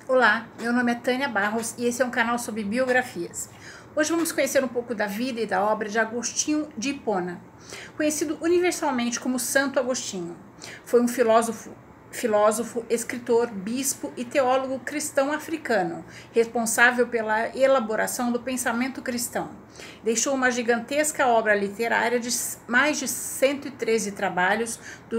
Olá, meu nome é Tânia Barros e esse é um canal sobre biografias. Hoje vamos conhecer um pouco da vida e da obra de Agostinho de Hipona, conhecido universalmente como Santo Agostinho. Foi um filósofo, escritor, bispo e teólogo cristão africano, responsável pela elaboração do pensamento cristão. Deixou uma gigantesca obra literária de mais de 113 trabalhos,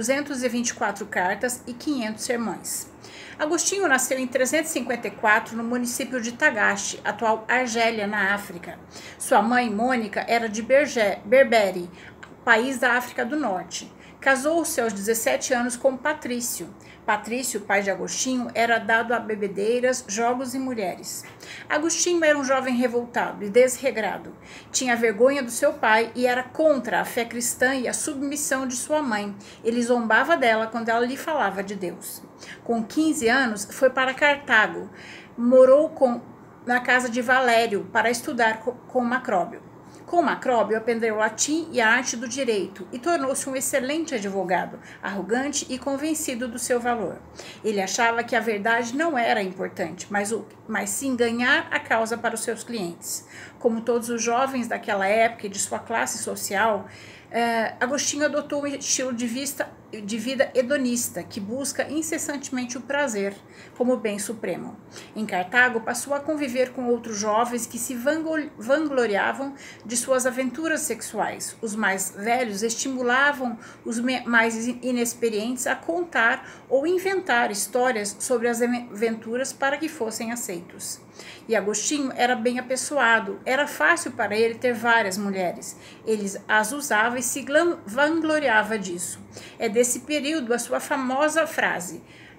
224 cartas e 500 sermões. Agostinho nasceu em 354 no município de Tagaste, atual Argélia, na África. Sua mãe, Mônica, era de Berbere, país da África do Norte. Casou-se aos 17 anos com Patrício. Patrício, pai de Agostinho, era dado a bebedeiras, jogos e mulheres. Agostinho era um jovem revoltado e desregrado. Tinha vergonha do seu pai e era contra a fé cristã e a submissão de sua mãe. Ele zombava dela quando ela lhe falava de Deus. Com 15 anos, foi para Cartago. Morou na casa de Valério para estudar com Macróbio. Com Macróbio, aprendeu latim e a arte do direito e tornou-se um excelente advogado, arrogante e convencido do seu valor. Ele achava que a verdade não era importante, mas sim ganhar a causa para os seus clientes. Como todos os jovens daquela época e de sua classe social, Agostinho adotou um estilo de vida hedonista, que busca incessantemente o prazer como bem supremo. Em Cartago, passou a conviver com outros jovens que se vangloriavam de suas aventuras sexuais. Os mais velhos estimulavam os mais inexperientes a contar ou inventar histórias sobre as aventuras para que fossem aceitos. E Agostinho era bem apessoado, era fácil para ele ter várias mulheres. Ele as usava e se vangloriava disso. É desse período a sua famosa frase: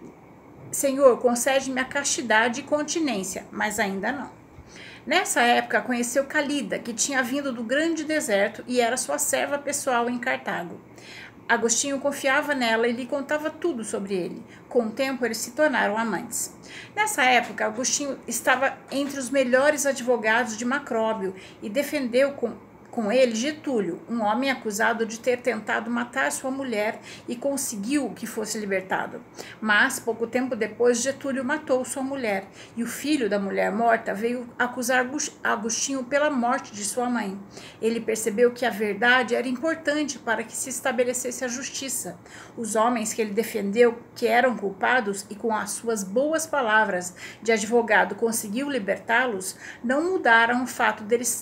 Senhor, concede-me a castidade e continência, mas ainda não. Nessa época, conheceu Calida, que tinha vindo do grande deserto e era sua serva pessoal em Cartago. Agostinho confiava nela e lhe contava tudo sobre ele. Com o tempo, eles se tornaram amantes. Nessa época, Agostinho estava entre os melhores advogados de Macróbio e defendeu com ele Getúlio, um homem acusado de ter tentado matar sua mulher e conseguiu que fosse libertado. Mas, pouco tempo depois, Getúlio matou sua mulher e o filho da mulher morta veio acusar Agostinho pela morte de sua mãe. Ele percebeu que a verdade era importante para que se estabelecesse a justiça. Os homens que ele defendeu, que eram culpados e com as suas boas palavras de advogado conseguiu libertá-los, não mudaram o fato deles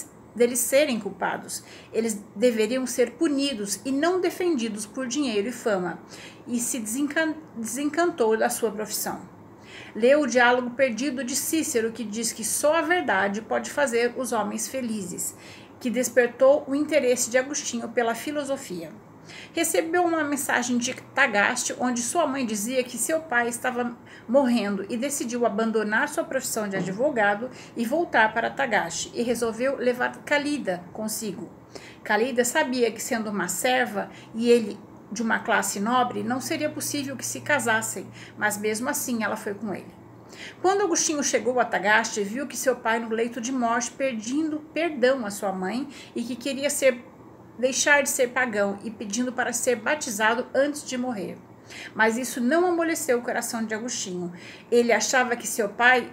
serem culpados. Eles deveriam ser punidos e não defendidos por dinheiro e fama, e se desencantou da sua profissão. Leu o Diálogo Perdido de Cícero, que diz que só a verdade pode fazer os homens felizes, que despertou o interesse de Agostinho pela filosofia. Recebeu uma mensagem de Tagaste, onde sua mãe dizia que seu pai estava morrendo e decidiu abandonar sua profissão de advogado e voltar para Tagaste e resolveu levar Calida consigo. Calida sabia que, sendo uma serva e ele de uma classe nobre, não seria possível que se casassem, mas mesmo assim ela foi com ele. Quando Agostinho chegou a Tagaste, viu que seu pai no leito de morte pedindo perdão à sua mãe e que queria deixar de ser pagão e pedindo para ser batizado antes de morrer. Mas isso não amoleceu o coração de Agostinho. Ele achava que seu pai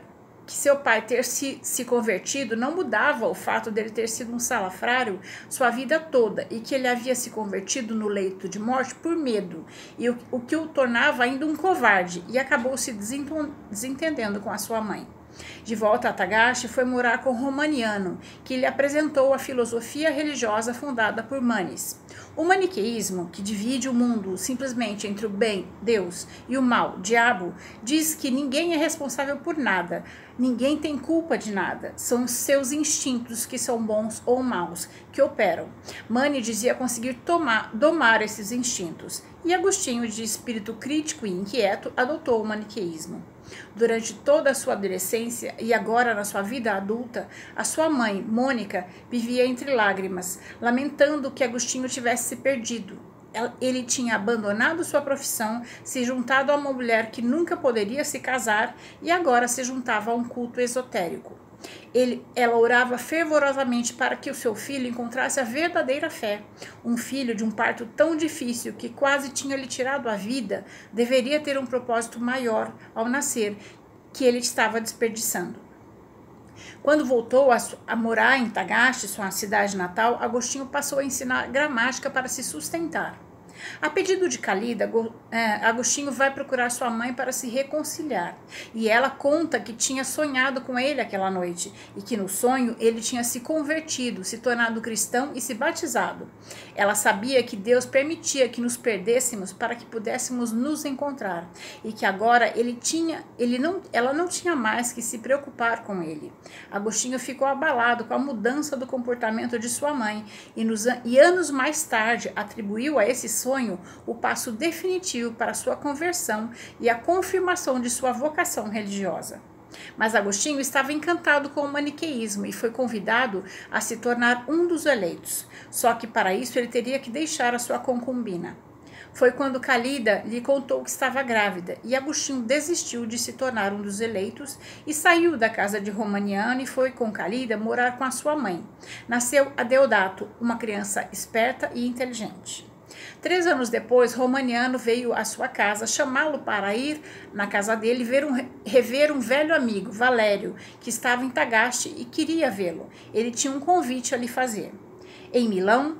ter se convertido não mudava o fato dele ter sido um salafrário sua vida toda e que ele havia se convertido no leito de morte por medo, e o que o tornava ainda um covarde, e acabou se desentendendo com a sua mãe. De volta a Tagaste, foi morar com Romaniano, que lhe apresentou a filosofia religiosa fundada por Manes. O maniqueísmo, que divide o mundo simplesmente entre o bem, Deus, e o mal, diabo, diz que ninguém é responsável por nada, ninguém tem culpa de nada, são seus instintos que são bons ou maus, que operam. Mani dizia conseguir domar esses instintos, e Agostinho, de espírito crítico e inquieto, adotou o maniqueísmo. Durante toda a sua adolescência e agora na sua vida adulta, a sua mãe, Mônica, vivia entre lágrimas, lamentando que Agostinho tivesse se perdido. Ele tinha abandonado sua profissão, se juntado a uma mulher que nunca poderia se casar e agora se juntava a um culto esotérico. Ela orava fervorosamente para que o seu filho encontrasse a verdadeira fé. Um filho de um parto tão difícil que quase tinha lhe tirado a vida, deveria ter um propósito maior ao nascer que ele estava desperdiçando. Quando voltou a morar em Tagaste, sua cidade natal, Agostinho passou a ensinar gramática para se sustentar. A pedido de Calida, Agostinho vai procurar sua mãe para se reconciliar. E ela conta que tinha sonhado com ele aquela noite e que no sonho ele tinha se convertido, se tornado cristão e se batizado. Ela sabia que Deus permitia que nos perdêssemos para que pudéssemos nos encontrar e que agora ela não tinha mais que se preocupar com ele. Agostinho ficou abalado com a mudança do comportamento de sua mãe e anos mais tarde atribuiu a esse sonho o passo definitivo para sua conversão e a confirmação de sua vocação religiosa. Mas Agostinho estava encantado com o maniqueísmo e foi convidado a se tornar um dos eleitos. Só que para isso ele teria que deixar a sua concubina. Foi quando Calida lhe contou que estava grávida e Agostinho desistiu de se tornar um dos eleitos e saiu da casa de Romaniano e foi com Calida morar com a sua mãe. Nasceu Adeodato, uma criança esperta e inteligente. 3 anos depois, Romaniano veio à sua casa chamá-lo para ir na casa dele rever um velho amigo, Valério, que estava em Tagaste e queria vê-lo. Ele tinha um convite a lhe fazer. Em Milão,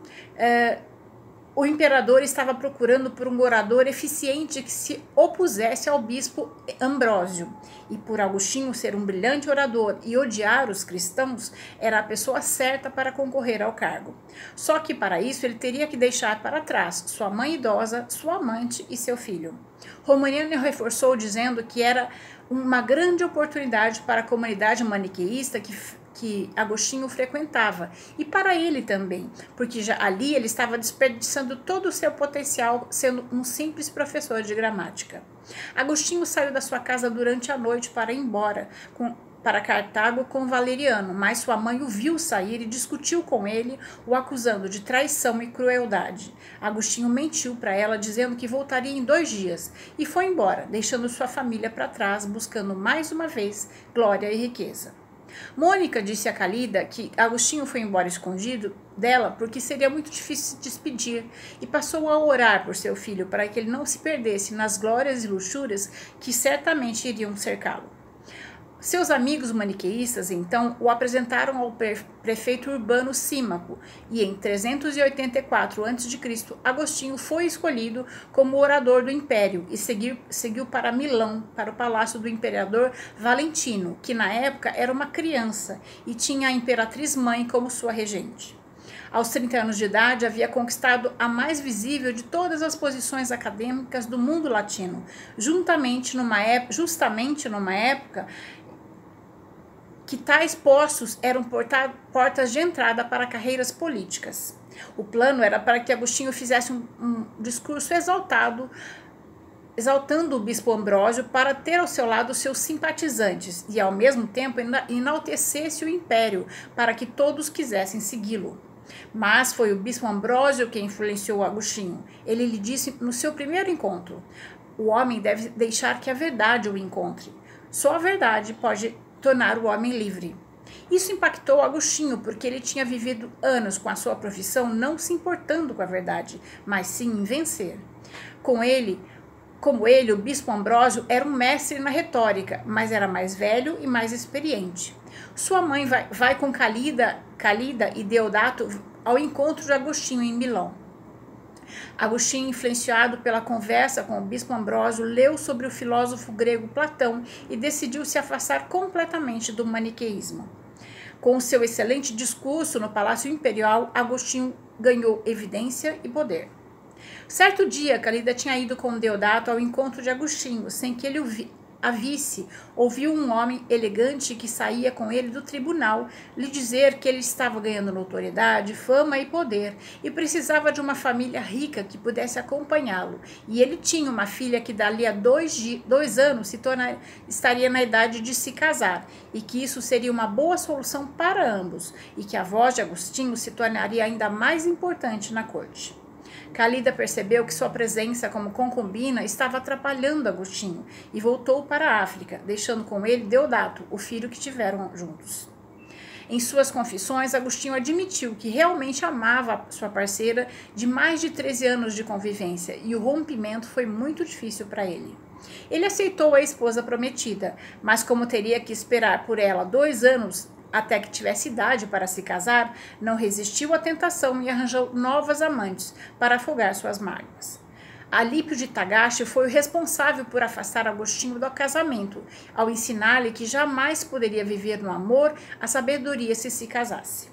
o imperador estava procurando por um orador eficiente que se opusesse ao bispo Ambrósio. E por Agostinho ser um brilhante orador e odiar os cristãos, era a pessoa certa para concorrer ao cargo. Só que para isso ele teria que deixar para trás sua mãe idosa, sua amante e seu filho. Romaniano reforçou dizendo que era uma grande oportunidade para a comunidade maniqueísta que Agostinho frequentava, e para ele também, porque já ali ele estava desperdiçando todo o seu potencial sendo um simples professor de gramática. Agostinho saiu da sua casa durante a noite para ir embora para Cartago com Valeriano, mas sua mãe o viu sair e discutiu com ele, o acusando de traição e crueldade. Agostinho mentiu para ela, dizendo que voltaria em 2 dias, e foi embora, deixando sua família para trás, buscando mais uma vez glória e riqueza. Mônica disse a Calida que Agostinho foi embora escondido dela porque seria muito difícil se despedir e passou a orar por seu filho para que ele não se perdesse nas glórias e luxúrias que certamente iriam cercá-lo. Seus amigos maniqueístas, então, o apresentaram ao prefeito Urbano Símaco e em 384 a.C., Agostinho foi escolhido como orador do império e seguiu para Milão, para o palácio do imperador Valentino, que na época era uma criança e tinha a imperatriz mãe como sua regente. Aos 30 anos de idade, havia conquistado a mais visível de todas as posições acadêmicas do mundo latino, justamente numa época que tais postos eram portas de entrada para carreiras políticas. O plano era para que Agostinho fizesse um discurso exaltando o bispo Ambrósio para ter ao seu lado seus simpatizantes e, ao mesmo tempo, enaltecesse o império para que todos quisessem segui-lo. Mas foi o bispo Ambrósio que influenciou Agostinho. Ele lhe disse no seu primeiro encontro: o homem deve deixar que a verdade o encontre. Só a verdade pode tornar o homem livre. Isso impactou Agostinho, porque ele tinha vivido anos com a sua profissão não se importando com a verdade, mas sim em vencer. Como ele, o bispo Ambrósio era um mestre na retórica, mas era mais velho e mais experiente. Sua mãe vai com Calida e Deodato ao encontro de Agostinho em Milão. Agostinho, influenciado pela conversa com o bispo Ambrósio, leu sobre o filósofo grego Platão e decidiu se afastar completamente do maniqueísmo. Com o seu excelente discurso no Palácio Imperial, Agostinho ganhou evidência e poder. Certo dia, Calida tinha ido com Deodato ao encontro de Agostinho, sem que ele a visse. Ouviu um homem elegante que saía com ele do tribunal lhe dizer que ele estava ganhando notoriedade, fama e poder e precisava de uma família rica que pudesse acompanhá-lo. E ele tinha uma filha que dali a 2 anos estaria na idade de se casar e que isso seria uma boa solução para ambos e que a voz de Agostinho se tornaria ainda mais importante na corte. Calida percebeu que sua presença como concubina estava atrapalhando Agostinho e voltou para a África, deixando com ele Deodato, o filho que tiveram juntos. Em suas confissões, Agostinho admitiu que realmente amava sua parceira de mais de 13 anos de convivência e o rompimento foi muito difícil para ele. Ele aceitou a esposa prometida, mas como teria que esperar por ela 2 anos até que tivesse idade para se casar, não resistiu à tentação e arranjou novas amantes para afogar suas mágoas. Alípio de Tagaste foi o responsável por afastar Agostinho do casamento, ao ensinar-lhe que jamais poderia viver no amor a sabedoria se casasse.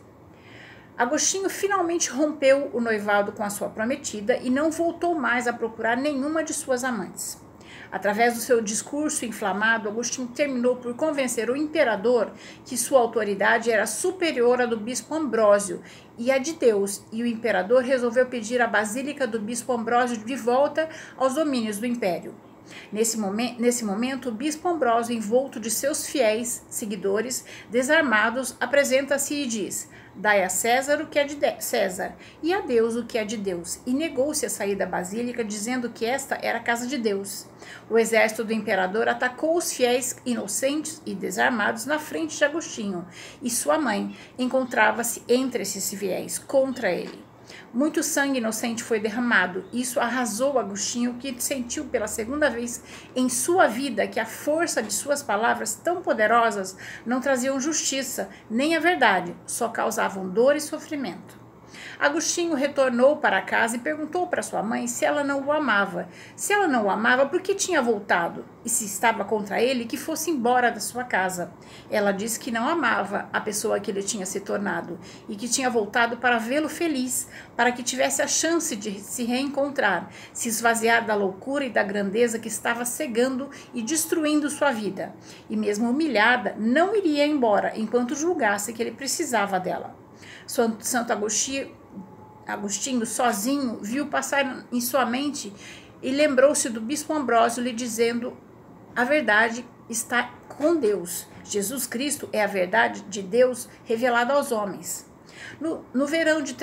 Agostinho finalmente rompeu o noivado com a sua prometida e não voltou mais a procurar nenhuma de suas amantes. Através do seu discurso inflamado, Agostinho terminou por convencer o imperador que sua autoridade era superior à do bispo Ambrósio e à de Deus, e o imperador resolveu pedir a basílica do bispo Ambrósio de volta aos domínios do império. Nesse momento, o bispo Ambrósio, envolto de seus fiéis seguidores, desarmados, apresenta-se e diz: dai a César o que é de César, e a Deus o que é de Deus, e negou-se a sair da basílica, dizendo que esta era a casa de Deus. O exército do imperador atacou os fiéis inocentes e desarmados na frente de Agostinho, e sua mãe encontrava-se entre esses fiéis, contra ele. Muito sangue inocente foi derramado. Isso arrasou Agostinho, que sentiu pela segunda vez em sua vida que a força de suas palavras tão poderosas não traziam justiça, nem a verdade, só causavam dor e sofrimento. Agostinho retornou para casa e perguntou para sua mãe se ela não o amava. Se ela não o amava, por que tinha voltado? E se estava contra ele, que fosse embora da sua casa. Ela disse que não amava a pessoa que ele tinha se tornado e que tinha voltado para vê-lo feliz, para que tivesse a chance de se reencontrar, se esvaziar da loucura e da grandeza que estava cegando e destruindo sua vida. E mesmo humilhada, não iria embora enquanto julgasse que ele precisava dela. Santo Agostinho, sozinho, viu passar em sua mente e lembrou-se do bispo Ambrósio lhe dizendo: a verdade está com Deus. Jesus Cristo é a verdade de Deus revelada aos homens. No verão de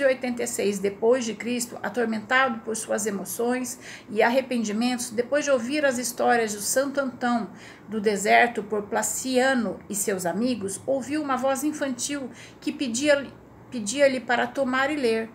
386 depois de Cristo, atormentado por suas emoções e arrependimentos, depois de ouvir as histórias do Santo Antão do deserto por Placiano e seus amigos, ouviu uma voz infantil que pedia-lhe para tomar e ler,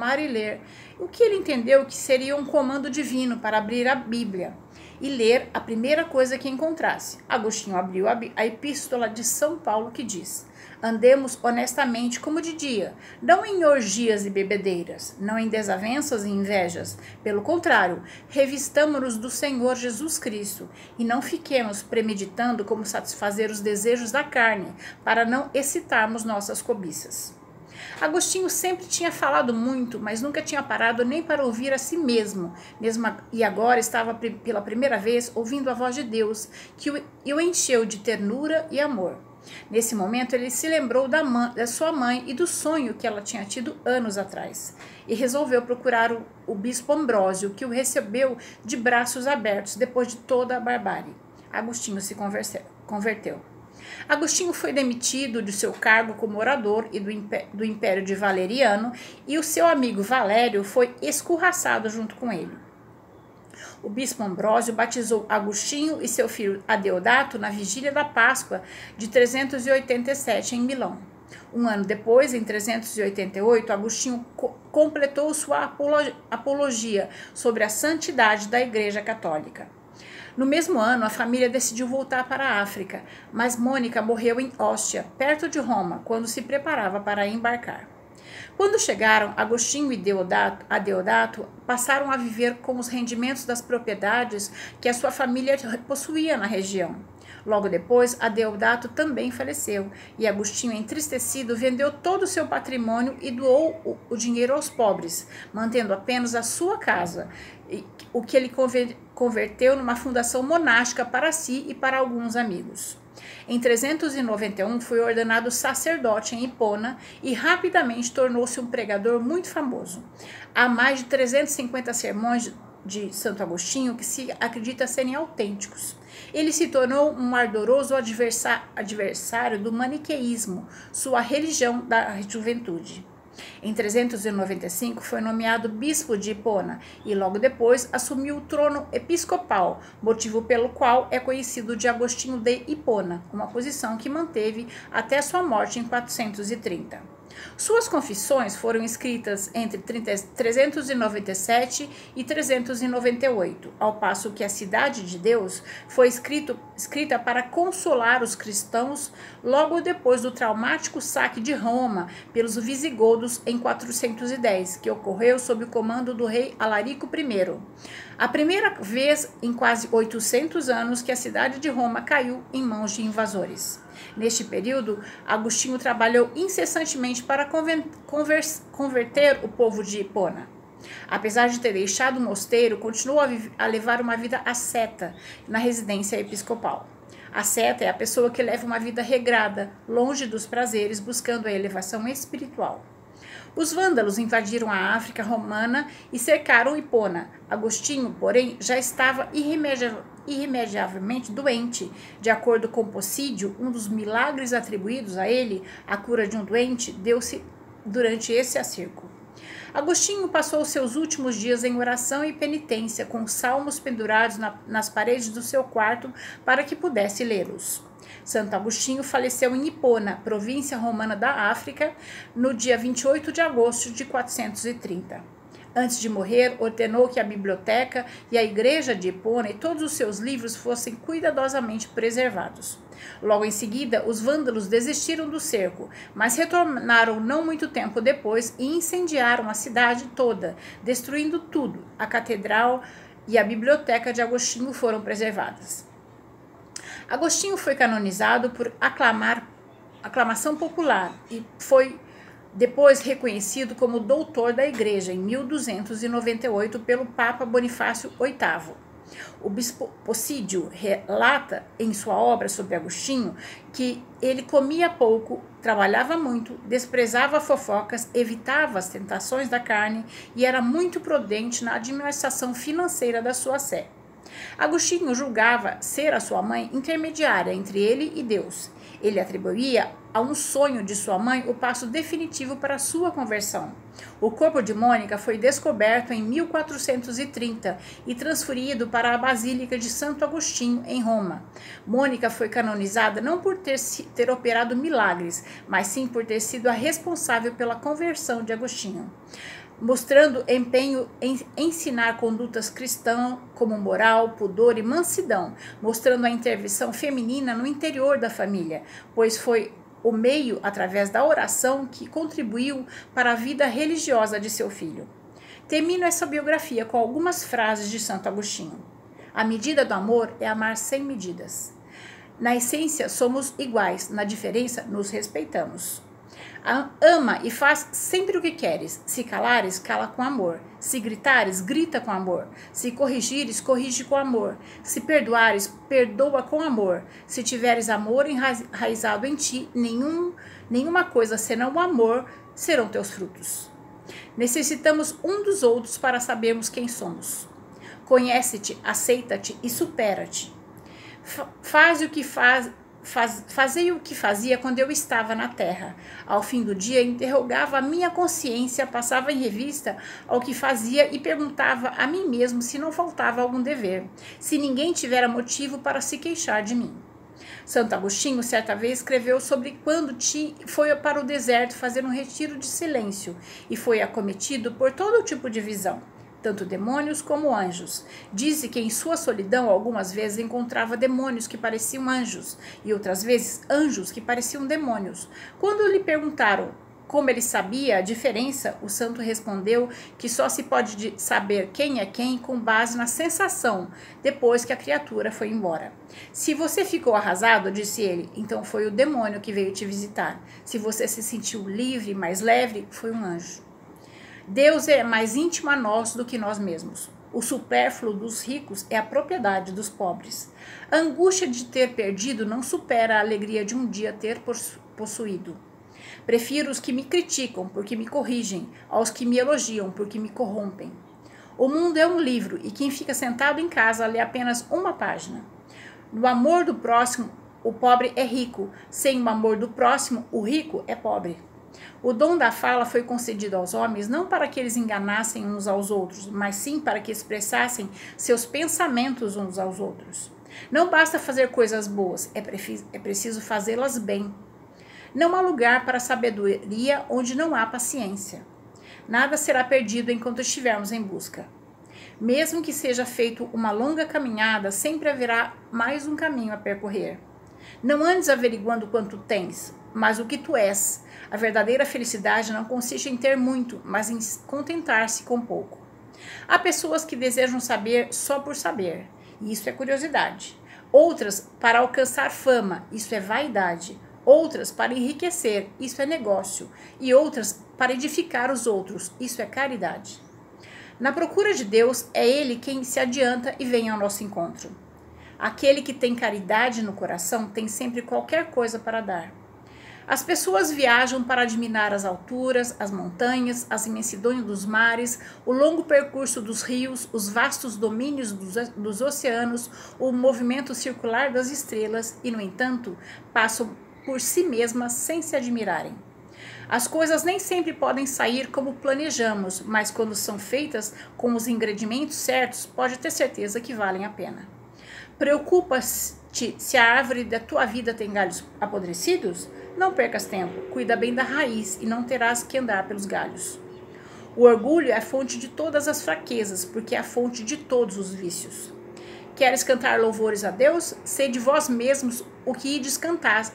o que ele entendeu que seria um comando divino para abrir a Bíblia e ler a primeira coisa que encontrasse. Agostinho abriu a epístola de São Paulo, que diz: andemos honestamente como de dia, não em orgias e bebedeiras, não em desavenças e invejas. Pelo contrário, revistamo-nos do Senhor Jesus Cristo e não fiquemos premeditando como satisfazer os desejos da carne, para não excitarmos nossas cobiças. Agostinho sempre tinha falado muito, mas nunca tinha parado nem para ouvir a si mesmo, e agora estava pela primeira vez ouvindo a voz de Deus, que o encheu de ternura e amor. Nesse momento, ele se lembrou da sua mãe e do sonho que ela tinha tido anos atrás, e resolveu procurar o bispo Ambrósio, que o recebeu de braços abertos depois de toda a barbárie. Agostinho se converteu. Agostinho foi demitido de seu cargo como orador e do Império de Valeriano, e o seu amigo Valério foi escorraçado junto com ele. O bispo Ambrósio batizou Agostinho e seu filho Adeodato na vigília da Páscoa de 387 em Milão. Um ano depois, em 388, Agostinho completou sua apologia sobre a santidade da Igreja Católica. No mesmo ano, a família decidiu voltar para a África, mas Mônica morreu em Ostia, perto de Roma, quando se preparava para embarcar. Quando chegaram, Agostinho e Adeodato passaram a viver com os rendimentos das propriedades que a sua família possuía na região. Logo depois, Adeodato também faleceu, e Agostinho, entristecido, vendeu todo o seu patrimônio e doou o dinheiro aos pobres, mantendo apenas a sua casa, o que ele converteu numa fundação monástica para si e para alguns amigos. Em 391, foi ordenado sacerdote em Hipona e rapidamente tornou-se um pregador muito famoso. Há mais de 350 sermões de Santo Agostinho que se acredita serem autênticos. Ele se tornou um ardoroso adversário do maniqueísmo, sua religião da juventude. Em 395 foi nomeado bispo de Hipona e logo depois assumiu o trono episcopal, motivo pelo qual é conhecido de Agostinho de Hipona, uma posição que manteve até sua morte em 430. Suas confissões foram escritas entre 397 e 398, ao passo que a Cidade de Deus foi escrita para consolar os cristãos logo depois do traumático saque de Roma pelos visigodos em 410, que ocorreu sob o comando do rei Alarico I. A primeira vez em quase 800 anos que a cidade de Roma caiu em mãos de invasores. Neste período, Agostinho trabalhou incessantemente para converter o povo de Hipona. Apesar de ter deixado o mosteiro, continuou a levar uma vida asceta na residência episcopal. Asceta é a pessoa que leva uma vida regrada, longe dos prazeres, buscando a elevação espiritual. Os vândalos invadiram a África romana e cercaram Hipona. Agostinho, porém, já estava irremediavelmente doente. De acordo com Possídio, um dos milagres atribuídos a ele, a cura de um doente, deu-se durante esse acerco. Agostinho passou seus últimos dias em oração e penitência, com salmos pendurados nas paredes do seu quarto para que pudesse lê-los. Santo Agostinho faleceu em Hipona, província romana da África, no dia 28 de agosto de 430. Antes de morrer, ordenou que a biblioteca e a igreja de Hipona e todos os seus livros fossem cuidadosamente preservados. Logo em seguida, os vândalos desistiram do cerco, mas retornaram não muito tempo depois e incendiaram a cidade toda, destruindo tudo. A catedral e a biblioteca de Agostinho foram preservadas. Agostinho foi canonizado por aclamação popular e foi depois reconhecido como doutor da Igreja em 1298 pelo Papa Bonifácio VIII. O bispo Possídio relata em sua obra sobre Agostinho que ele comia pouco, trabalhava muito, desprezava fofocas, evitava as tentações da carne e era muito prudente na administração financeira da sua sé. Agostinho julgava ser a sua mãe intermediária entre ele e Deus. Ele atribuía a um sonho de sua mãe o passo definitivo para sua conversão. O corpo de Mônica foi descoberto em 1430 e transferido para a Basílica de Santo Agostinho, em Roma. Mônica foi canonizada não por ter operado milagres, mas sim por ter sido a responsável pela conversão de Agostinho, mostrando empenho em ensinar condutas cristãs como moral, pudor e mansidão, mostrando a intervenção feminina no interior da família, pois foi o meio, através da oração, que contribuiu para a vida religiosa de seu filho. Termino essa biografia com algumas frases de Santo Agostinho. A medida do amor é amar sem medidas. Na essência, somos iguais, na diferença, nos respeitamos. Ama e faz sempre o que queres. Se calares, cala com amor. Se gritares, grita com amor. Se corrigires, corrige com amor. Se perdoares, perdoa com amor. Se tiveres amor enraizado em ti, nenhuma coisa senão o amor serão teus frutos. Necessitamos um dos outros para sabermos quem somos. Conhece-te, aceita-te e supera-te. Fazei o que fazia quando eu estava na terra. Ao fim do dia, interrogava a minha consciência, passava em revista ao que fazia e perguntava a mim mesmo se não faltava algum dever, se ninguém tivera motivo para se queixar de mim. Santo Agostinho, certa vez, escreveu sobre quando foi para o deserto fazer um retiro de silêncio e foi acometido por todo tipo de visão, tanto demônios como anjos. Diz que em sua solidão algumas vezes encontrava demônios que pareciam anjos e outras vezes anjos que pareciam demônios. Quando lhe perguntaram como ele sabia a diferença, o santo respondeu que só se pode saber quem é quem com base na sensação depois que a criatura foi embora. Se você ficou arrasado, disse ele, então foi o demônio que veio te visitar. Se você se sentiu livre, mais leve, foi um anjo. Deus é mais íntimo a nós do que nós mesmos. O supérfluo dos ricos é a propriedade dos pobres. A angústia de ter perdido não supera a alegria de um dia ter possuído. Prefiro os que me criticam, porque me corrigem, aos que me elogiam, porque me corrompem. O mundo é um livro, e quem fica sentado em casa lê apenas uma página. No amor do próximo, o pobre é rico. Sem o amor do próximo, o rico é pobre. O dom da fala foi concedido aos homens não para que eles enganassem uns aos outros, mas sim para que expressassem seus pensamentos uns aos outros. Não basta fazer coisas boas, é preciso fazê-las bem. Não há lugar para a sabedoria onde não há paciência. Nada será perdido enquanto estivermos em busca. Mesmo que seja feito uma longa caminhada, sempre haverá mais um caminho a percorrer. Não andes averiguando quanto tens, mas o que tu és. A verdadeira felicidade não consiste em ter muito, mas em contentar-se com pouco. Há pessoas que desejam saber só por saber, e isso é curiosidade. Outras para alcançar fama, isso é vaidade. Outras para enriquecer, isso é negócio. E outras para edificar os outros, isso é caridade. Na procura de Deus, é Ele quem se adianta e vem ao nosso encontro. Aquele que tem caridade no coração tem sempre qualquer coisa para dar. As pessoas viajam para admirar as alturas, as montanhas, as imensidões dos mares, o longo percurso dos rios, os vastos domínios dos oceanos, o movimento circular das estrelas e, no entanto, passam por si mesmas sem se admirarem. As coisas nem sempre podem sair como planejamos, mas quando são feitas com os ingredientes certos, pode ter certeza que valem a pena. Preocupa-te se a árvore da tua vida tem galhos apodrecidos? Não percas tempo, cuida bem da raiz e não terás que andar pelos galhos. O orgulho é a fonte de todas as fraquezas, porque é a fonte de todos os vícios. Queres cantar louvores a Deus? Sei de vós mesmos o que ides cantar.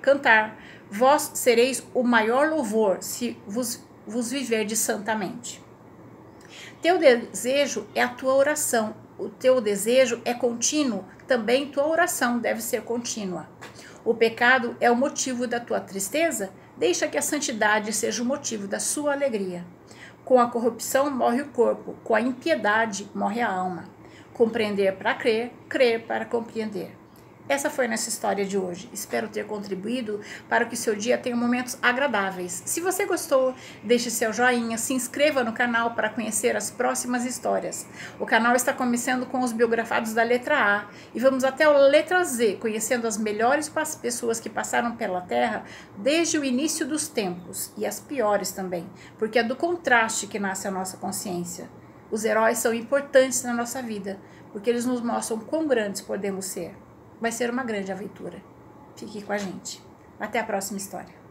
Vós sereis o maior louvor, se vos viverdes santamente. Teu desejo é a tua oração. O teu desejo é contínuo, também tua oração deve ser contínua. O pecado é o motivo da tua tristeza? Deixa que a santidade seja o motivo da sua alegria. Com a corrupção morre o corpo, com a impiedade morre a alma. Compreender para crer, crer para compreender. Essa foi a nossa história de hoje. Espero ter contribuído para que o seu dia tenha momentos agradáveis. Se você gostou, deixe seu joinha, se inscreva no canal para conhecer as próximas histórias. O canal está começando com os biografados da letra A e vamos até a letra Z, conhecendo as melhores pessoas que passaram pela Terra desde o início dos tempos e as piores também, porque é do contraste que nasce a nossa consciência. Os heróis são importantes na nossa vida, porque eles nos mostram quão grandes podemos ser. Vai ser uma grande aventura. Fique com a gente. Até a próxima história.